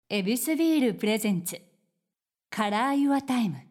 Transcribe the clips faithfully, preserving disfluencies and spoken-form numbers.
エビスビールプレゼンツカラーユアタイム。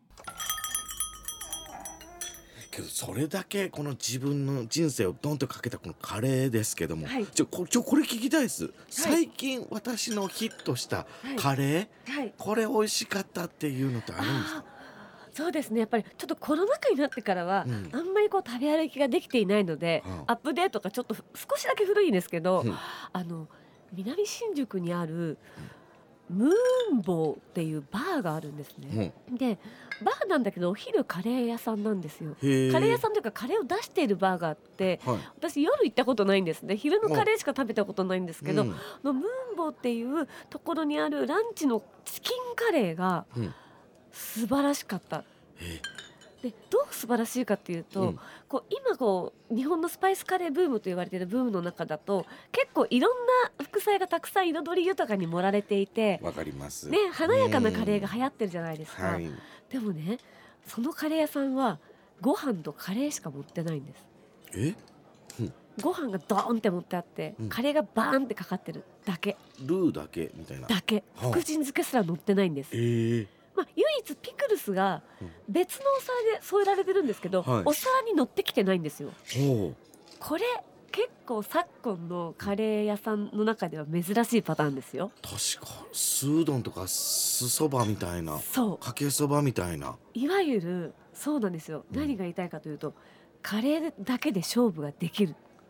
けどそれだけこの自分の人生をドンとかけたこのカレーですけども、はい、ちょこちょこれ聞きたいです、はい、最近私のヒットしたカレー、はいはい、これ美味しかったっていうのってあるんですか？ そうですね、やっぱりちょっとコロナ禍になってからは、うん、あんまりこう食べ歩きができていないので、うん、アップデートがちょっと少しだけ古いんですけど、うん、あの南新宿にある、うんムーンボーっていうバーがあるんですね、うん、でバーなんだけどお昼カレー屋さんなんですよ。カレー屋さんというかカレーを出しているバーがあって、はい、私夜行ったことないんですね。昼のカレーしか食べたことないんですけど、うん、のムーンボーっていうところにあるランチのチキンカレーが素晴らしかった、うんでどう素晴らしいかっていうと、うん、こう今こう日本のスパイスカレーブームと言われているブームの中だと結構いろんな副菜がたくさん彩り豊かに盛られていて、 わかります、 ね、華やかなカレーが流行ってるじゃないですか、はい、でもねそのカレー屋さんはご飯とカレーしか持ってないんです。 え、うん、 ご飯がドーンって持ってあって、うん、カレーがバーンってかかってるだけ、 ルーだけみたいなだけ、福神漬けすら乗ってないんです、 えーまあ、唯一ピクルスが別のお皿で添えられてるんですけど、はい、お皿に乗ってきてないんですよ。これ結構昨今のカレー屋さんの中では珍しいパターンですよ。 確か酢うどんとか酢そばみたいな、 そうかけそばみたいな、 いわゆるそうなんですよ、うん、何が言いたいかというとカレーだけで勝負ができる。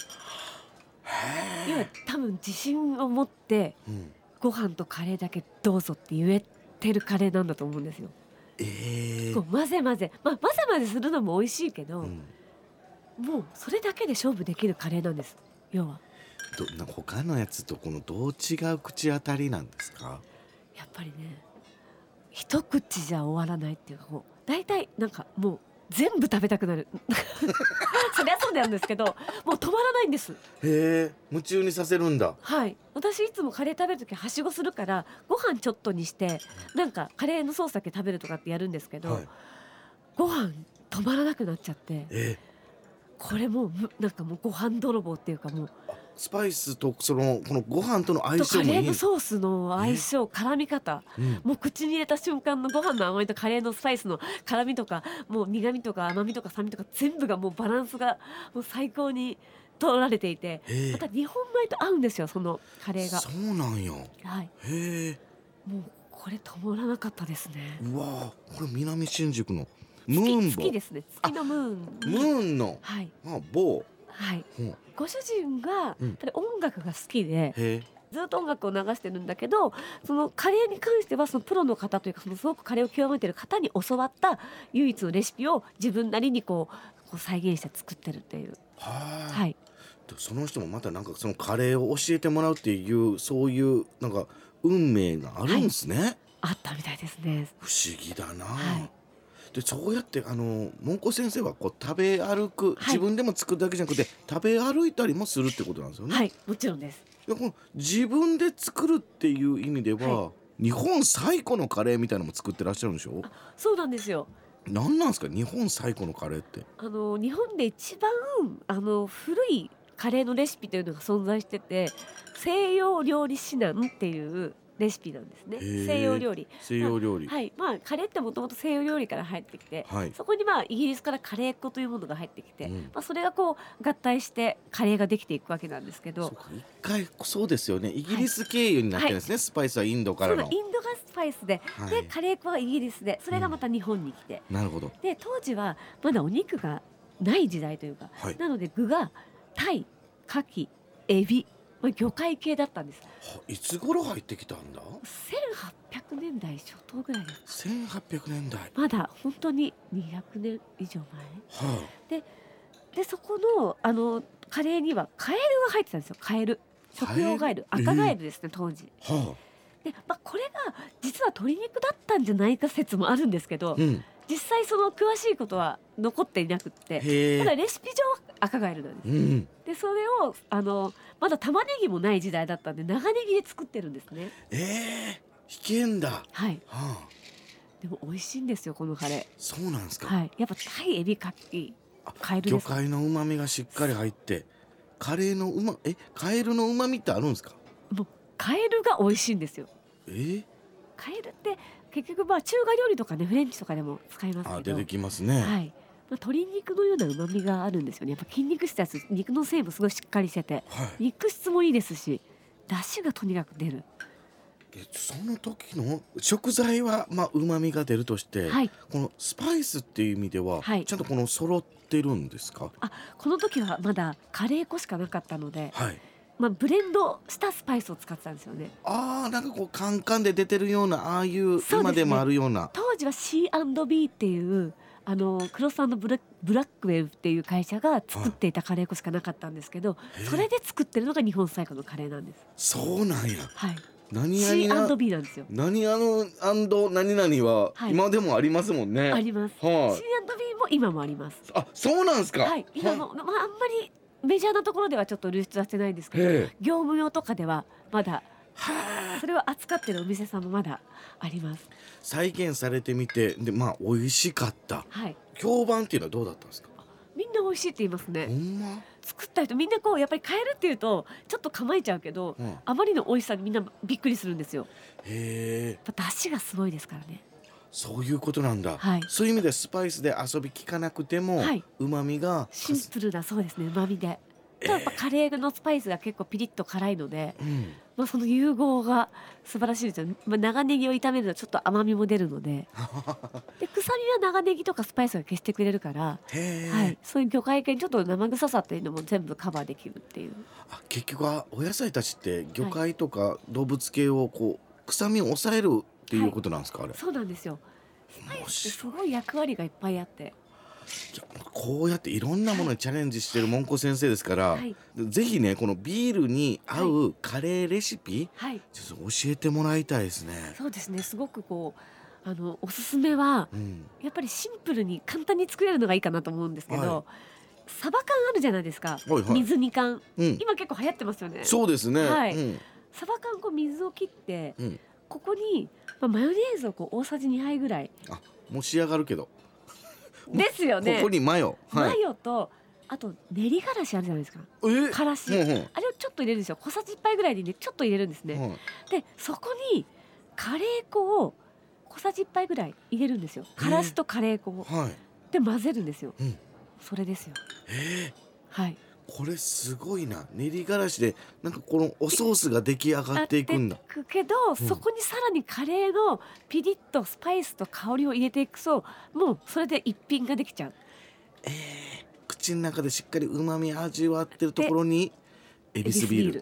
要は多分自信を持って、うん、ご飯とカレーだけどうぞって言えてるカレーなんだと思うんですよ。 えー、 こう混ぜ混ぜ、まあ、混ぜ混ぜするのも美味しいけど、うん、もうそれだけで勝負できるカレーなんです。要はどな他のやつとこのどう違う口当たりなんですか？ やっぱりね一口じゃ終わらないっていうか、こう大体なんかもう全部食べたくなるそりゃそうなんですけどもう止まらないんです。へえ、夢中にさせるんだ。 はい、私いつもカレー食べるときはしごするからご飯ちょっとにしてなんかカレーのソースだけ食べるとかってやるんですけど、はい、ご飯止まらなくなっちゃって、えこれもうなんかもうご飯泥棒っていうか、もうスパイスとそのこのご飯との相性もいい、 とカレーのソースの相性、絡み方、うん、もう口に入れた瞬間のご飯の甘みとカレーのスパイスの絡みとか、もう苦みとか甘みとか酸味とか全部がもうバランスがもう最高に取られていて、また日本米と合うんですよ、そのカレーが。 そうなんよ。 はい、 へえ、 もうこれ止まらなかったですね。 うわこれ南新宿のムーンボ好きですね。月のムーン、 ムーンの、はい、あ棒、 はい、うん、ご主人がやっぱり音楽が好きで、うん、ずっと音楽を流してるんだけど、そのカレーに関してはそのプロの方というか、そのすごくカレーを極めてる方に教わった唯一のレシピを自分なりにこう、こう再現して作ってるっていう。 は、 はい、 その人もまたなんかそのカレーを教えてもらうっていうそういうなんか運命があるんですね、はい、 あったみたいですね。 不思議だな、 はい、 でそうやってあの門子先生はこう食べ歩く、はい、自分でも作るだけじゃなくて食べ歩いたりもするってことなんですよね。 はい、もちろんです。 でこの自分で作るっていう意味では、はい、日本最古のカレーみたいなのも作ってらっしゃるんでしょ？ あ、そうなんですよ。 何なんですか日本最古のカレーって？ あの日本で一番あの古いカレーのレシピというのが存在してて、西洋料理指南っていうレシピなんですね。西洋料理西洋料理、 まあ、はい、まあカレーってもともと西洋料理から入ってきて、はい、そこにまあイギリスからカレー粉というものが入ってきて、うん、まあ、それがこう合体してカレーができていくわけなんですけど、 そうか、一回そうですよね、イギリス経由になってるんですね、はい、スパイスはインドからの。 そう、インドがスパイスで、はい、でカレー粉はイギリスで、それがまた日本に来て、 うん、なるほど。 で当時はまだお肉がない時代というか、はい、なので具がタイ、カキ、エビ、まあ、魚介系だったんです。 いつ頃入ってきたんだ？ せんはっぴゃくねんだい初頭ぐらいですか。 せんはっぴゃくねんだい、 まだ本当ににひゃくねん以上前、はあ、で, でそこのあのカレーにはカエルが入ってたんですよ。カエル、食用ガエル、赤ガエルですね、当時、はあ、で、まあ、これが実は鶏肉だったんじゃないか説もあるんですけど、うん、実際その詳しいことは残っていなくって、ただレシピ上は赤ガエルなんです、うん、でそれをあのまだ玉ねぎもない時代だったんで長ネギで作ってるんですね。 えー、引けんだ。 はい、 はあ、 でも美味しいんですよこのカレー。 そうなんですか。 はい、やっぱタイ、エビ、カキ、カエルです。 魚介の旨味がしっかり入ってカレーのうまえカエルの旨味ってあるんですか？ もうカエルが美味しいんですよ。 えーカエルって結局まあ中華料理とかねフレンチとかでも使いますけど、 あ出てきますね、 はい、まあ、鶏肉のような旨味があるんですよね。やっぱ筋肉質やつ、肉の成分すごいしっかりしてて、 はい、 肉質もいいですし、出汁がとにかく出る。 えその時の食材はまあ旨味が出るとして、 はい、 このスパイスっていう意味では、 はい、 ちゃんとこの揃ってるんですか？ あ、この時はまだカレー粉しかなかったので、 はい、 まあ、ブレンドしたスパイスを使ってたんですよね。 あーなんかこうカンカンで出てるようなああいうそうですね、 今でもあるような。 当時は シーアンドビー っていうあのクロス&ブラブラックウェルっていう会社が作っていたカレー粉しかなかったんですけど、それで作ってるのが日本最古のカレーなんです。 そうなんや。 はい、 何々 シーアンドなビー なんですよ。 何あのアンド何々ははい今でもありますもんね。 あります。 はい、 シーアンドビー も今もあります。 あ、そうなんですか。 はい、今も、まあ、あんまりメジャーなところではちょっと流出はしてないんですけど、業務用とかではまだそれを扱ってるお店さんもまだあります。 再現されてみて、でまあ美味しかった、 はい、 評判っていうのはどうだったんですか？ みんな美味しいって言いますね。 ほんま？ 作った人みんなこうやっぱりカエルっていうとちょっと構えちゃうけど、うん、あまりの美味しさにみんなびっくりするんですよ。 へえ。 やっぱ出汁がすごいですからね。 そういうことなんだ、 はい、 そういう意味でスパイスで遊び効かなくても、はい、旨味がシンプルな、そうですね、旨味で、えー、やっぱカレーのスパイスが結構ピリッと辛いので、うん、まあ、その融合が素晴らしいですよ、まあ、長ネギを炒めるとちょっと甘みも出るのでで臭みは長ネギとかスパイスが消してくれるから、はい、そういう魚介系にちょっと生臭さっていうのも全部カバーできるっていう。 あ、結局はお野菜たちって魚介とか動物系をこう臭みを抑えるっていうことなんですか、はい、あれ。そうなんですよ。スパイスってすごい役割がいっぱいあって、いやこうやっていろんなものにチャレンジしてるもんこ先生ですから、はい、ぜひねこのビールに合うカレーレシピ、はい、ちょっと教えてもらいたいですね。 そうですね、すごくこうあのおすすめは、うん、やっぱりシンプルに簡単に作れるのがいいかなと思うんですけど、はい、サバ缶あるじゃないですか、はいはい、水煮缶、うん、今結構流行ってますよね。 そうですね、 はい、 うん、 サバ缶こう水を切って、うん、ここに、まあ、マヨネーズをこう大さじにはいぐらい、 あ、もう仕上がるけどですよね。 ここにマヨ、 はい、マヨとあと練りがらしあるじゃないですか、 えー、 からし、うんうん、あれをちょっと入れるんですよ。小さじいっぱいぐらいで、ね、ちょっと入れるんですね、うん、でそこにカレー粉を小さじいっぱいぐらい入れるんですよ。からしとカレー粉を、えーはい、で混ぜるんですよ、うん、それですよ、 えー、 はい。 これすごいな。練りがらしでなんかこのおソースが出来上がっていくんだ。 くけど、うん、そこにさらにカレーのピリッとスパイスと香りを入れていくと、もうそれで一品ができちゃう。 えー、口の中でしっかり旨味味わってるところにエビスビール、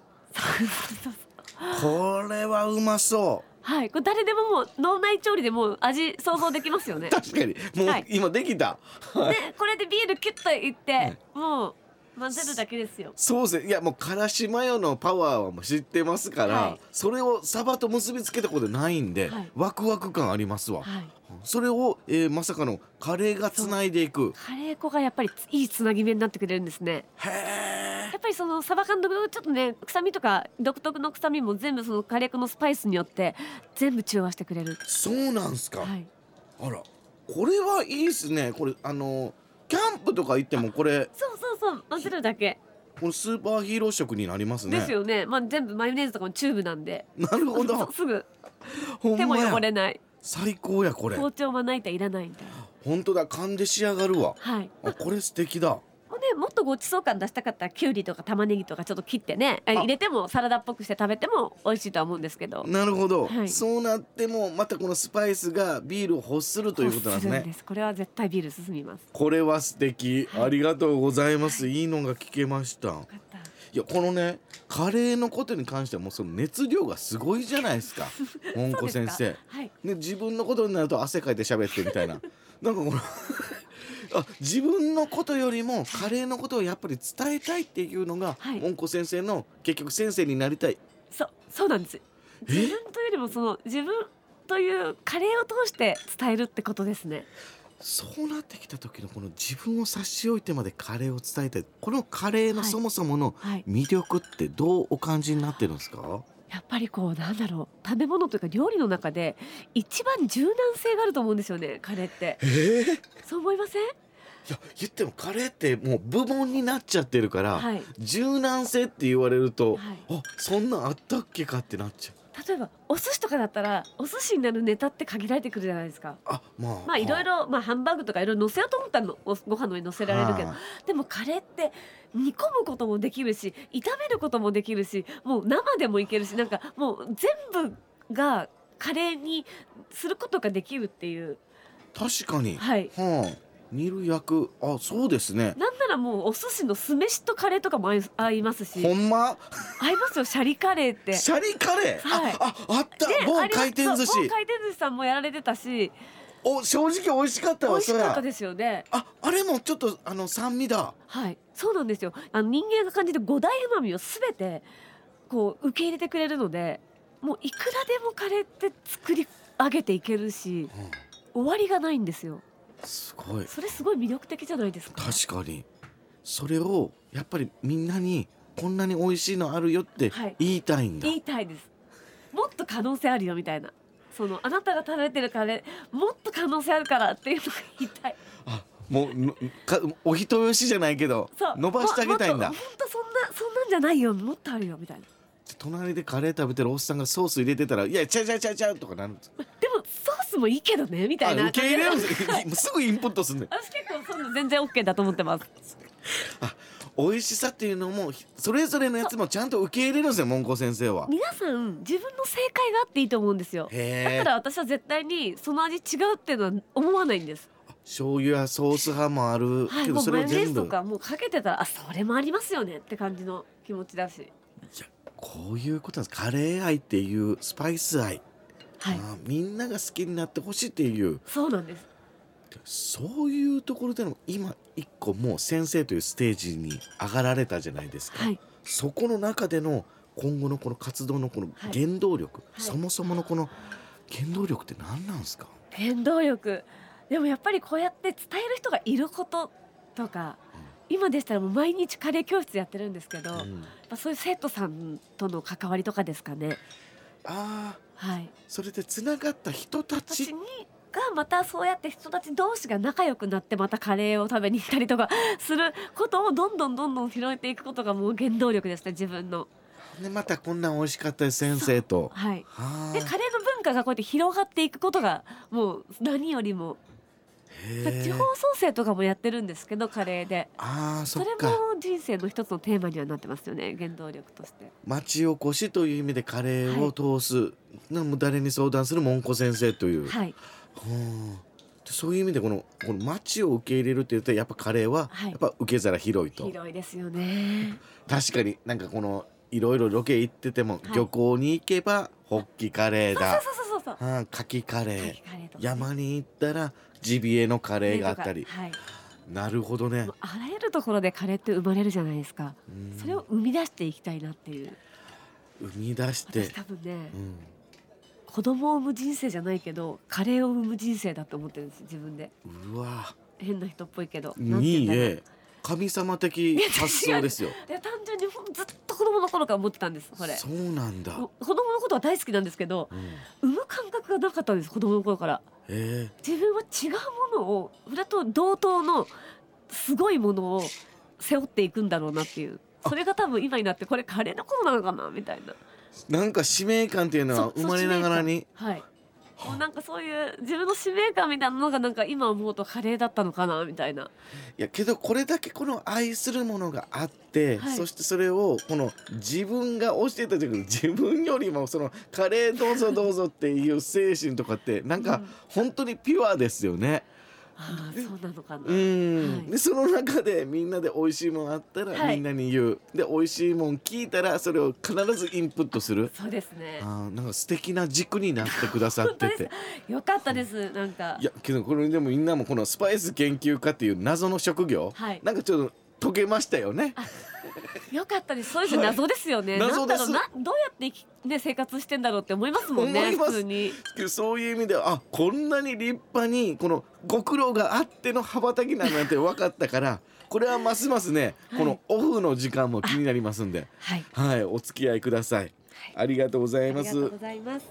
これはうまそう。 はい、これ誰でももう脳内調理でもう味想像できますよね。 確かにもう今できた、 はい、でこれでビールキュッといって、はい、もう混ぜるだけですよ。 そうですね。いやもうからしマヨのパワーはもう知ってますから、はい、それをサバと結びつけたことないんで、はい、ワクワク感ありますわ、はい、それを、えー、まさかのカレーがつないでいく。 カレー粉がやっぱりいいつなぎ目になってくれるんですね。 へー、 やっぱりそのサバ缶のちょっとね臭みとか独特の臭みも全部そのカレー粉のスパイスによって全部中和してくれる。 そうなんすか、 はい、 あらこれはいいですね。これあのキャンプとか行ってもこれそうそうそう混ぜるだけ、 このスーパーヒーロー食になりますね。 ですよね、まあ、全部マヨネーズとかもチューブなんで。 なるほどすぐ手も汚れない。 最高やこれ。 包丁まな板いらないみたいな。 本当だ、噛んで仕上がるわ。 はい、 あこれ素敵だ。 ね、もっとごちそう感出したかったらきゅうりとか玉ねぎとかちょっと切ってね入れてもサラダっぽくして食べても美味しいとは思うんですけど。 なるほど、はい、そうなってもまたこのスパイスがビールを欲するということなんですね。 欲するんです。これは絶対ビール進みます。 これは素敵、はい、ありがとうございます、はい、いいのが聞けました。よかった。いやこのねカレーのことに関してはもうその熱量がすごいじゃないですかもんこ先生、はい、ね、自分のことになると汗かいて喋ってみたいななんかこのあ自分のことよりもカレーのことをやっぱり伝えたいっていうのが、はい、もんこ先生の結局先生になりたい。 そうそうなんです。自分というよりもその自分というカレーを通して伝えるってことですね。 そうなってきた時のこの自分を差し置いてまでカレーを伝えたい、このカレーのそもそもの魅力ってどうお感じになってるんですか？はいはい、 やっぱりこうなんだろう、食べ物というか料理の中で一番柔軟性があると思うんですよね、カレーって。 えー、 そう思いません？いや言ってもカレーってもう部門になっちゃってるから、はい、柔軟性って言われると、はい、あそんなんあったっけかってなっちゃう。 例えばお寿司とかだったらお寿司になるネタって限られてくるじゃないですか。 あ、まあ、 まあいろいろ、まあ、ハンバーグとかいろいろ乗せようと思ったらのおご飯の上に乗せられるけど、 はでもカレーって煮込むこともできるし炒めることもできるし、もう生でもいけるし、なんかもう全部がカレーにすることができるっていう。 確かに、 はい、 はあ、煮る焼く、あ、そうですね。 なんならもうお寿司の酢飯とカレーとかも合い合いますし。 ほんま合いますよ、シャリカレーって。 シャリカレー、 はい、 あああったね、 某回転寿司、 そう某回転寿司さんもやられてたし、 お正直美味しかったわ。 美味しかったですよね。 あ、あれもちょっとあの酸味だ。 はい、そうなんですよ。あの人間が感じる五大旨味をすべてこう受け入れてくれるので、もういくらでもカレーって作り上げていけるし、うん、終わりがないんですよ。 すごい。 それすごい魅力的じゃないですか。 確かに。それをやっぱりみんなにこんなに美味しいのあるよって言いたいんだ。 はい、言いたいです。もっと可能性あるよみたいな。そのあなたが食べてるカレーもっと可能性あるからっていうのが言いたい。 あ、もうかお人よしじゃないけど伸ばしてあげたいんだ。 本当そんなそんなんじゃないよ、もっとあるよみたいな。 隣でカレー食べてるおっさんがソース入れてたら、いやちゃうちゃうちゃうちゃうとかなるんです。 でもソースもいいけどねみたいな。 受け入れるんですよ。すぐインプットすんねん。 私結構そういうの全然 OK だと思ってます。 あ、美味しさっていうのもそれぞれのやつもちゃんと受け入れるんですよ、門子先生は。 皆さん自分の正解があっていいと思うんですよ。だから私は絶対にその味違うっていうのは思わないんです。 醤油やソース派もあるけど、 はい、 それを全部マヨネーズとかもうかけてたら、あ、それもありますよねって感じの気持ちだし。いや、こういうことなんです。カレー愛っていうスパイス愛、 はい、 あ、みんなが好きになってほしいっていう。 そうなんです。 そういうところでの今一個もう先生というステージに上がられたじゃないですか、 はい、 そこの中での今後のこの活動のこの原動力、はい、そもそものこの原動力って何なんですか？ 原動力、でもやっぱりこうやって伝える人がいることとか、うん、今でしたらもう毎日カレー教室やってるんですけど、うん、やっぱそういう生徒さんとの関わりとかですかね。 あ、 はい、 それでつながった人たちにがまたそうやって人たち同士が仲良くなってまたカレーを食べに行ったりとかすることをどんどんどんどん広げていくことがもう原動力ですね、自分の。 でまたこんなん美味しかったです先生と。 はい、でカレーの文化がこうやって広がっていくことがもう何よりも。地方創生とかもやってるんですけどカレーで。 あ、そっか。 それも人生の一つのテーマにはなってますよね、原動力として。 町おこしという意味でカレーを通す、はい、もう誰に相談する門子先生という、 はい、 はあ、そういう意味でこのこの町を受け入れるって言ったらやっぱカレーはやっぱ受け皿広いと、 はい、広いですよね。 確かになんかこのいろいろロケ行ってても、はい、漁港に行けばホッキカレーだ、 そうそうそうそうそう、 はあ、カキカレー、 カキカレーとかね、 山に行ったらジビエのカレーがあったり、 はい、 なるほどね。 あらゆるところでカレーって生まれるじゃないですか。それを生み出していきたいなっていう。 生み出して私多分ね、 うん、 子供を産む人生じゃないけどカレーを産む人生だと思ってるんです、自分で。 うわ、 変な人っぽいけどいいえ、神様的発想ですよ。 いや単純にずっと子供の頃から思ってたんです。それそうなんだ。 子供のことは大好きなんですけど、うん、産む感覚がなかったんです、子供の頃から。 えー、 自分は違うものをそれと同等のすごいものを背負っていくんだろうなっていう、それが多分今になってこれカレーのことなのかなみたいな、 なんか使命感っていうのは生まれながらに、 はい、もうなんかそういう自分の使命感みたいなのがなんか今思うとカレーだったのかなみたいな。 いやけどこれだけこの愛するものがあって、はい、そしてそれをこの自分が教えた時に自分よりもそのカレーどうぞどうぞっていう精神とかってなんか本当にピュアですよね。 ああ、そうなのかな。 うん、はい、でその中でみんなで美味しいもんあったらみんなに言う、はい、で美味しいもん聞いたらそれを必ずインプットする。 そうですね。 あ、なんか素敵な軸になってくださっててよかったです。なんかいやけどこれでもみんなもこのスパイス研究家っていう謎の職業、はい、なんかちょっと解けましたよね。 よかったです。そういう謎ですよね。はい、謎です。なんだろうな、どうやって生き、ね、生活してんだろうって思いますもんね。普通にそういう意味ではあこんなに立派にこのご苦労があっての羽ばたきなんなんて分かったからこれはますますね、はい、このオフの時間も気になりますんで、はい、はい、お付き合いください。はい、ありがとうございます。 ありがとうございます。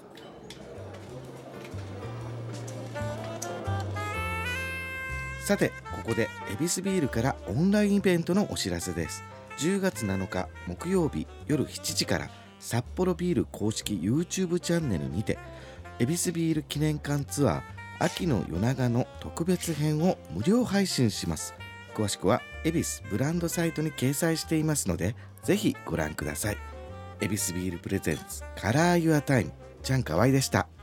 さてここでエビスビールからオンラインイベントのお知らせです。じゅうがつなのか木曜日夜しちじから札幌ビール公式 YouTube チャンネルにて恵比寿ビール記念館ツアー秋の夜長の特別編を無料配信します。詳しくは恵比寿ブランドサイトに掲載していますので、ぜひご覧ください。恵比寿ビールプレゼンツカラーユアタイム、ちゃんかわいでした。